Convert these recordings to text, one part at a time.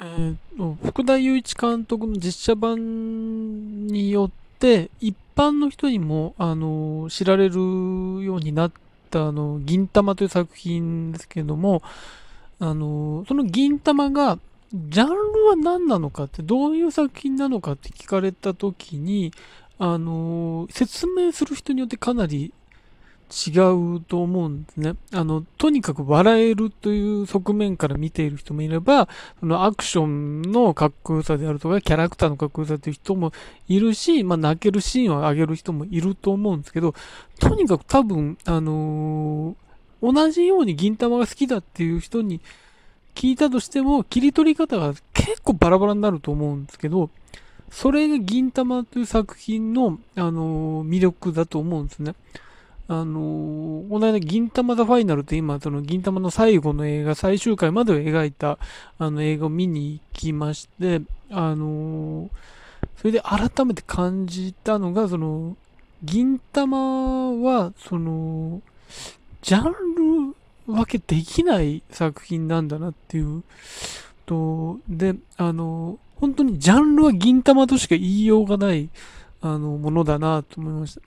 福田雄一監督の実写版によって、一般の人にも、知られるようになった、銀魂という作品ですけれども、その銀魂が、ジャンルは何なのかって、どういう作品なのかって聞かれたときに、説明する人によってかなり違うと思うんですね。とにかく笑えるという側面から見ている人もいれば、そのアクションのかっこよさであるとか、キャラクターのかっこよさという人もいるし、まあ、泣けるシーンを上げる人もいると思うんですけど、とにかく多分、同じように銀魂が好きだっていう人に聞いたとしても、切り取り方が結構バラバラになると思うんですけど、それが銀魂という作品の、魅力だと思うんですね。この間、銀魂ザファイナルって今、その銀魂の最後の映画、最終回までを描いた、映画を見に行きまして、それで改めて感じたのが、銀魂は、ジャンル分けできない作品なんだなっていうで、本当にジャンルは銀魂としか言いようがない、ものだなと思いました。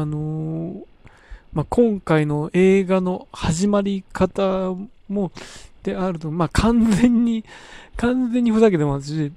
まあ、今回の映画の始まり方も、であると、まあ、完全にふざけてますし、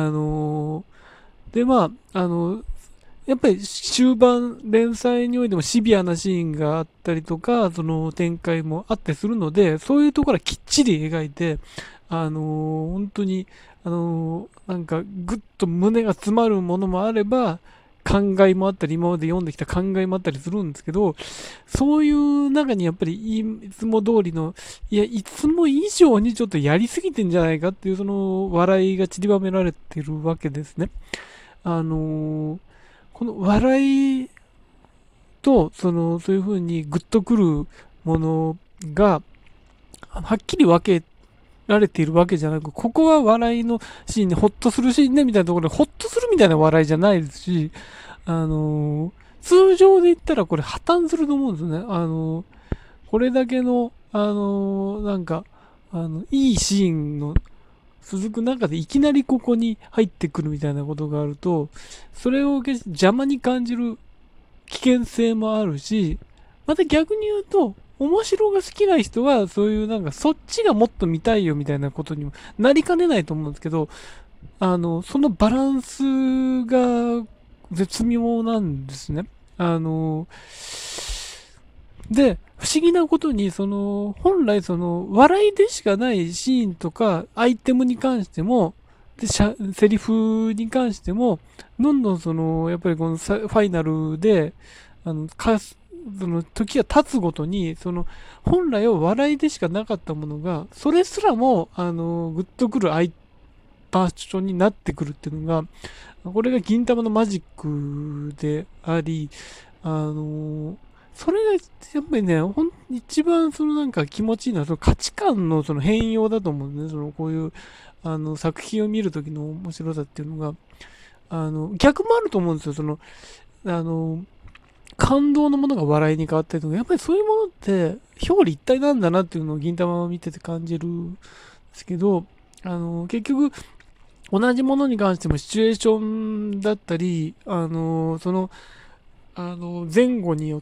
で、まあ、やっぱり終盤連載においてもシビアなシーンがあったりとか、その展開もあったりするので、そういうところはきっちり描いて、本当に、なんかぐっと胸が詰まるものもあれば、考えもあったり、今まで読んできた考えもあったりするんですけど、そういう中にやっぱりいつも通りの、いや、いつも以上にちょっとやりすぎてんじゃないかっていうその笑いが散りばめられてるわけですね。この笑いと、そういう風にグッとくるものが、はっきり分けられているわけじゃなく、ここは笑いのシーンでホッとするシーンねみたいなところで、ホッとするみたいな笑いじゃないですし、あのー通常で言ったらこれ破綻すると思うんですよね。これだけの、なんか、いいシーンの続く中でいきなりここに入ってくるみたいなことがあると、それを邪魔に感じる危険性もあるし、また逆に言うと、面白が好きな人は、そういうなんか、そっちがもっと見たいよみたいなことにもなりかねないと思うんですけど、そのバランスが絶妙なんですね。あの、で、不思議なことに、本来笑いでしかないシーンとか、アイテムに関しても、で、セリフに関しても、どんどんやっぱりこのファイナルで、あの、かす、時が経つごとに、本来は笑いでしかなかったものが、それすらも、グッとくるバージョンになってくるっていうのが、これが銀魂のマジックであり、あの、それがやっぱりね、一番なんか気持ちいいのは、その価値観のその変容だと思うんですね。こういう、作品を見るときの面白さっていうのが、逆もあると思うんですよ。あの、感動のものが笑いに変わったりとか、やっぱりそういうものって表裏一体なんだなっていうのを銀魂を見てて感じるんですけど、結局、同じものに関してもシチュエーションだったり、前後によって、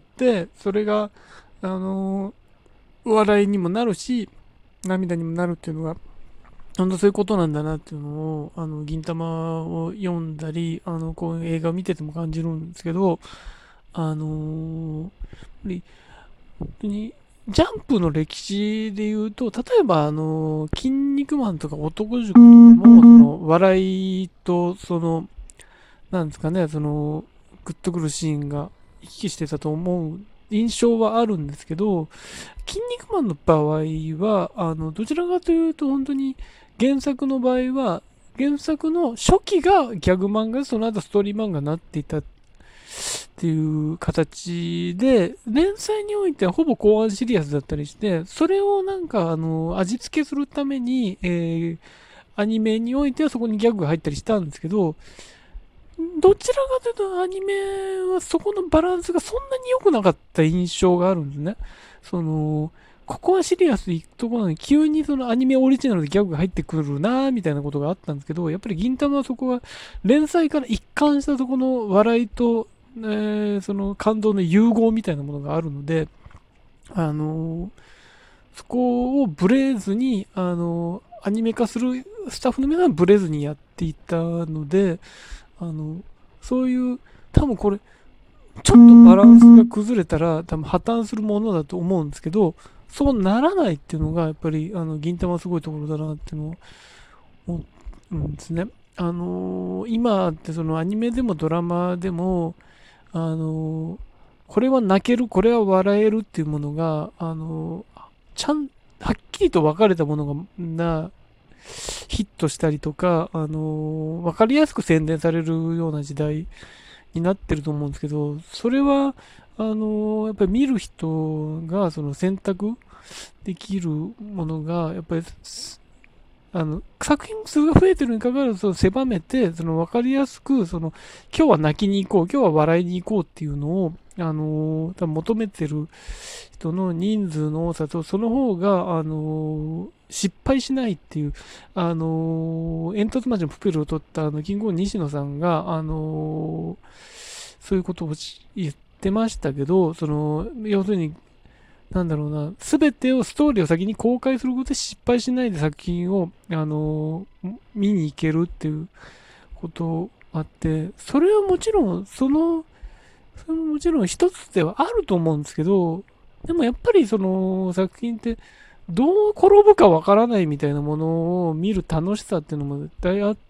それが、あの、笑いにもなるし、涙にもなるっていうのが、本当そういうことなんだなっていうのを、銀魂を読んだり、こういう映画を見てても感じるんですけど、やっぱり、本当に、ジャンプの歴史で言うと、例えば、筋肉マンとか男塾とかも、笑いと、なんですかね、グッとくるシーンが行き来してたと思う印象はあるんですけど、筋肉マンの場合は、どちらかというと、本当に原作の場合は、原作の初期がギャグ漫画、その後ストーリー漫画になっていたっていう形で、連載においてはほぼ後半シリアスだったりして、それをなんか、味付けするために、アニメにおいてはそこにギャグが入ったりしたんですけど、どちらかというとアニメはそこのバランスがそんなに良くなかった印象があるんですね。その、 ここはシリアスいくところなのに、急にそのアニメオリジナルでギャグが入ってくるなーみたいなことがあったんですけど、やっぱり銀魂はそこは連載から一貫したそこの笑いと、その感動の融合みたいなものがあるので、あのーそこをブレずに、アニメ化するスタッフの皆さんはブレずにやっていたので、あの、そういう、多分これ、ちょっとバランスが崩れたら多分破綻するものだと思うんですけど、そうならないっていうのが、やっぱり、銀魂はすごいところだなっていうのを思うんですね。今ってそのアニメでもドラマでも、あのーこれは泣ける、これは笑えるっていうものが、はっきりと分かれたものヒットしたりとか、分かりやすく宣伝されるような時代になってると思うんですけど、それは、やっぱり見る人がその選択できるものが、やっぱり作品数が増えてるにかかわらず、その狭めて、その分かりやすく、今日は泣きに行こう、今日は笑いに行こうっていうのを、多分求めてる人の人数の多さと、その方が、失敗しないっていう、煙突町のプペルを取ったキングオブ西野さんが、そういうことを言ってましたけど、要するに、なんだろうな、すべてを、ストーリーを先に公開することで失敗しないで作品を、見に行けるっていうことあって、それはもちろん、それももちろん一つではあると思うんですけど、でもやっぱりその作品ってどう転ぶかわからないみたいなものを見る楽しさっていうのも絶対あって、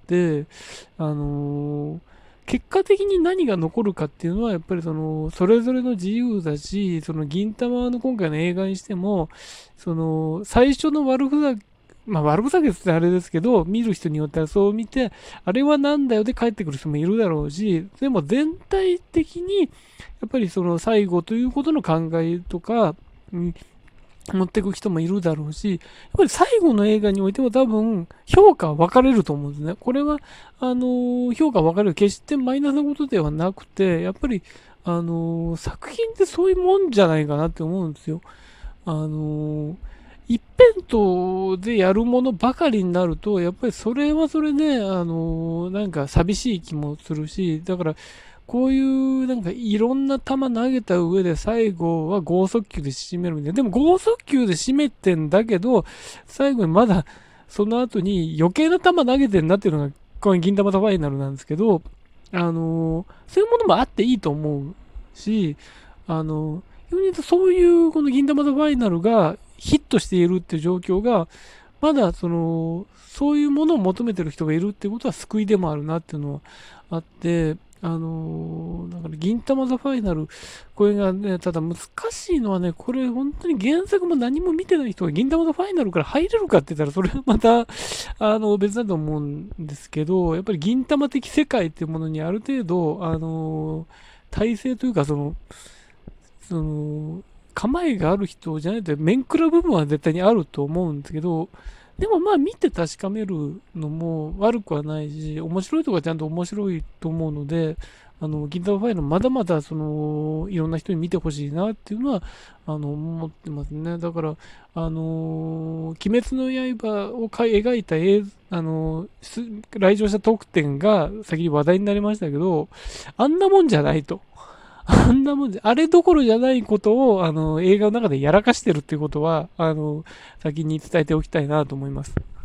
あのー結果的に何が残るかっていうのはやっぱりそれぞれの自由だし、その銀魂の今回の映画にしても、最初の悪ふざけ、まあ悪ふざけってあれですけど、見る人によってはそう見て、あれはなんだよで帰ってくる人もいるだろうし、でも全体的に、やっぱりその最後ということの考えとか、持っていく人もいるだろうし、やっぱり最後の映画においても多分評価は分かれると思うんですね。これは、評価分かれる。決してマイナスなことではなくて、やっぱり、作品ってそういうもんじゃないかなって思うんですよ。あの一辺倒でやるものばかりになると、やっぱりそれはそれで、なんか寂しい気もするし、だから、こういうなんかいろんな球投げた上で最後は剛速球で締めるみたいな。でも剛速球で締めてんだけど、最後にまだその後に余計な球投げてんなっていうのが、この銀魂ファイナルなんですけど、そういうものもあっていいと思うし、逆に言うとそういうこの銀魂ファイナルがヒットしているっていう状況が、まだそういうものを求めてる人がいるっていうことは救いでもあるなっていうのはあって、だから銀魂ザファイナル、これがね、ただ難しいのはね、これ本当に原作も何も見てない人が銀魂ザファイナルから入れるかって言ったら、それはまた、別だと思うんですけど、やっぱり銀魂的世界っていうものにある程度、体制というか、その、構えがある人じゃないと、面食らう部分は絶対にあると思うんですけど、でもまあ見て確かめるのも悪くはないし、面白いとこはちゃんと面白いと思うので、銀座ファイルまだまだいろんな人に見てほしいなっていうのは、思ってますね。だから、鬼滅の刃を描いた来場者特典が先に話題になりましたけど、あんなもんじゃないと。あんなもんあれどころじゃないことを、映画の中でやらかしてるっていうことは、先に伝えておきたいなと思います。